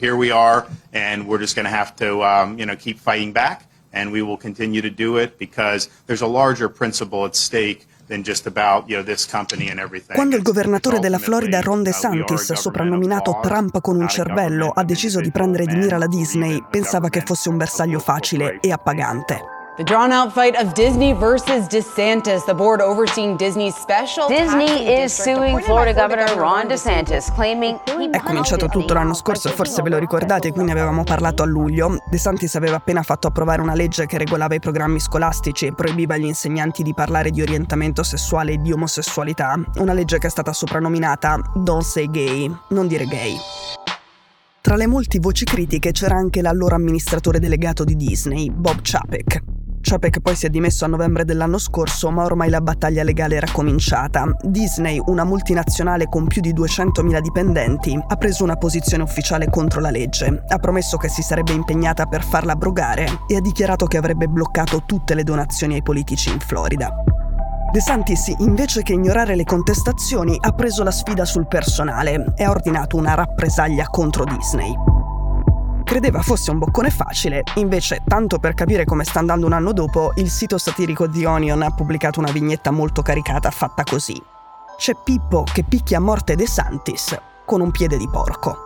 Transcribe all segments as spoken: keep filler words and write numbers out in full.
here we are, and we're just going to have to, um, you know, keep fighting back, and we will continue to do it because there's a larger principle at stake than just about, you know, this company and everything. Quando il governatore della Florida Ron DeSantis, soprannominato Trump con un cervello, ha deciso di prendere di mira la Disney, pensava che fosse un bersaglio facile e appagante. The drawn-out fight of Disney versus DeSantis, the board overseeing Disney's special Disney is suing Florida Governor Ron DeSantis, claiming he È cominciato tutto l'anno scorso e forse ve lo ricordate, qui ne avevamo parlato a luglio. DeSantis aveva appena fatto approvare una legge che regolava i programmi scolastici e proibiva agli insegnanti di parlare di orientamento sessuale e di omosessualità, una legge che è stata soprannominata Don't Say Gay, non dire gay. Tra le molti voci critiche c'era anche l'allora amministratore delegato di Disney, Bob Chapek. Chapek poi si è dimesso a novembre dell'anno scorso, ma ormai la battaglia legale era cominciata. Disney, una multinazionale con più di duecentomila dipendenti, ha preso una posizione ufficiale contro la legge, ha promesso che si sarebbe impegnata per farla abrogare e ha dichiarato che avrebbe bloccato tutte le donazioni ai politici in Florida. DeSantis, invece che ignorare le contestazioni, ha preso la sfida sul personale e ha ordinato una rappresaglia contro Disney. Credeva fosse un boccone facile, invece, tanto per capire come sta andando un anno dopo, il sito satirico The Onion ha pubblicato una vignetta molto caricata fatta così. C'è Pippo che picchia a morte DeSantis con un piede di porco.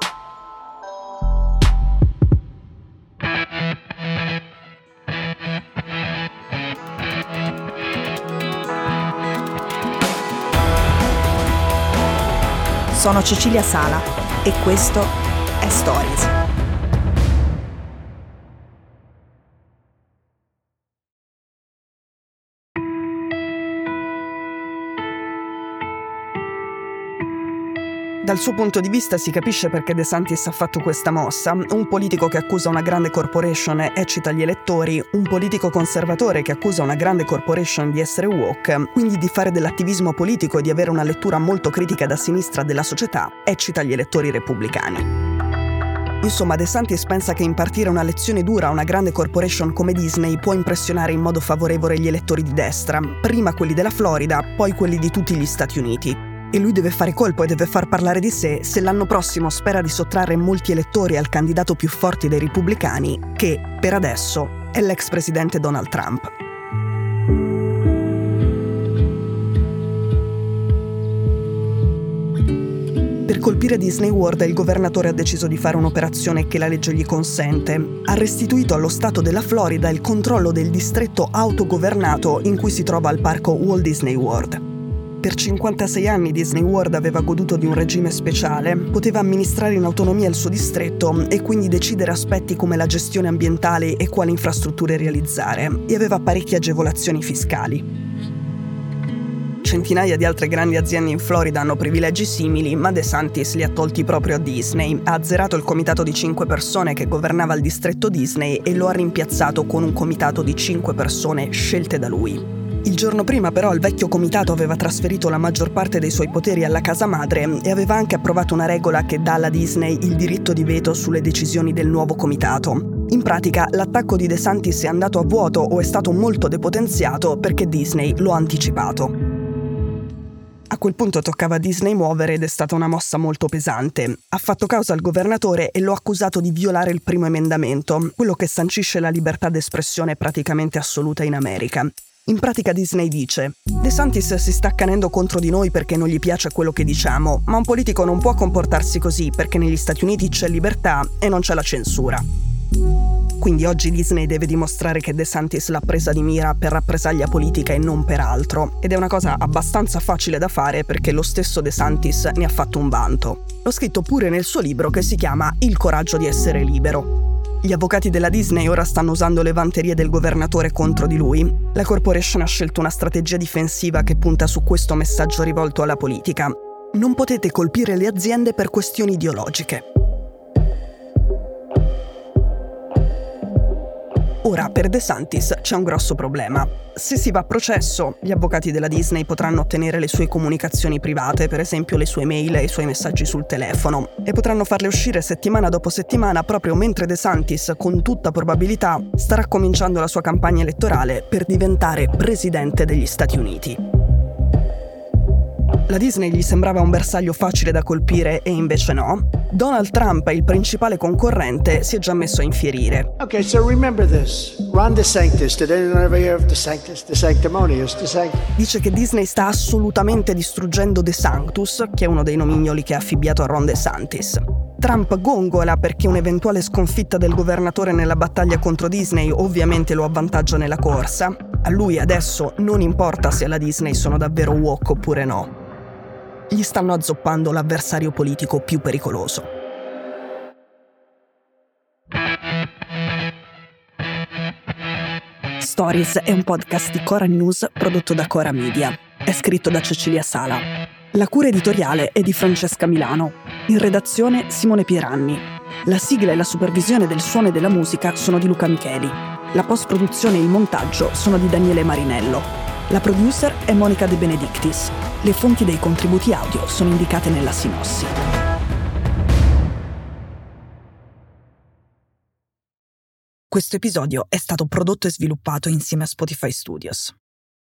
Sono Cecilia Sala e questo è Stories. Dal suo punto di vista si capisce perché DeSantis ha fatto questa mossa. Un politico che accusa una grande corporation eccita gli elettori, un politico conservatore che accusa una grande corporation di essere woke, quindi di fare dell'attivismo politico e di avere una lettura molto critica da sinistra della società, eccita gli elettori repubblicani. Insomma, DeSantis pensa che impartire una lezione dura a una grande corporation come Disney può impressionare in modo favorevole gli elettori di destra, prima quelli della Florida, poi quelli di tutti gli Stati Uniti. E lui deve fare colpo e deve far parlare di sé se l'anno prossimo spera di sottrarre molti elettori al candidato più forte dei repubblicani, che, per adesso, è l'ex presidente Donald Trump. Per colpire Disney World il governatore ha deciso di fare un'operazione che la legge gli consente. Ha restituito allo Stato della Florida il controllo del distretto autogovernato in cui si trova il parco Walt Disney World. Per cinquantasei anni Disney World aveva goduto di un regime speciale, poteva amministrare in autonomia il suo distretto e quindi decidere aspetti come la gestione ambientale e quali infrastrutture realizzare, e aveva parecchie agevolazioni fiscali. Centinaia di altre grandi aziende in Florida hanno privilegi simili, ma DeSantis li ha tolti proprio a Disney. Ha azzerato il comitato di cinque persone che governava il distretto Disney e lo ha rimpiazzato con un comitato di cinque persone scelte da lui. Il giorno prima però il vecchio comitato aveva trasferito la maggior parte dei suoi poteri alla casa madre e aveva anche approvato una regola che dà alla Disney il diritto di veto sulle decisioni del nuovo comitato. In pratica l'attacco di DeSantis è andato a vuoto o è stato molto depotenziato perché Disney lo ha anticipato. A quel punto toccava a Disney muovere ed è stata una mossa molto pesante. Ha fatto causa al governatore e lo ha accusato di violare il primo emendamento, quello che sancisce la libertà d'espressione praticamente assoluta in America. In pratica Disney dice: DeSantis si sta accanendo contro di noi perché non gli piace quello che diciamo, ma un politico non può comportarsi così perché negli Stati Uniti c'è libertà e non c'è la censura. Quindi oggi Disney deve dimostrare che DeSantis l'ha presa di mira per rappresaglia politica e non per altro, ed è una cosa abbastanza facile da fare perché lo stesso DeSantis ne ha fatto un vanto. L'ho scritto pure nel suo libro che si chiama Il coraggio di essere libero. Gli avvocati della Disney ora stanno usando le vanterie del governatore contro di lui. La corporation ha scelto una strategia difensiva che punta su questo messaggio rivolto alla politica. Non potete colpire le aziende per questioni ideologiche. Ora, per DeSantis c'è un grosso problema. Se si va a processo, gli avvocati della Disney potranno ottenere le sue comunicazioni private, per esempio le sue mail e i suoi messaggi sul telefono, e potranno farle uscire settimana dopo settimana proprio mentre DeSantis, con tutta probabilità, starà cominciando la sua campagna elettorale per diventare presidente degli Stati Uniti. La Disney gli sembrava un bersaglio facile da colpire e invece no. Donald Trump, il principale concorrente, si è già messo a infierire. Okay, so remember this. Ron DeSantis, did anyone ever hear of DeSantis? The Sanctimonious DeSantis. Dice che Disney sta assolutamente distruggendo De Sanctus, che è uno dei nomignoli che ha affibbiato a Ron DeSantis. Trump gongola perché un'eventuale sconfitta del governatore nella battaglia contro Disney ovviamente lo avvantaggia nella corsa. A lui adesso non importa se alla Disney sono davvero woke oppure no. Gli stanno azzoppando l'avversario politico più pericoloso. Stories è un podcast di Cora News prodotto da Cora Media. È scritto da Cecilia Sala. La cura editoriale è di Francesca Milano. In redazione Simone Pieranni. La sigla e la supervisione del suono e della musica sono di Luca Micheli. La post-produzione e il montaggio sono di Daniele Marinello. La producer è Monica De Benedictis. Le fonti dei contributi audio sono indicate nella sinossi. Questo episodio è stato prodotto e sviluppato insieme a Spotify Studios.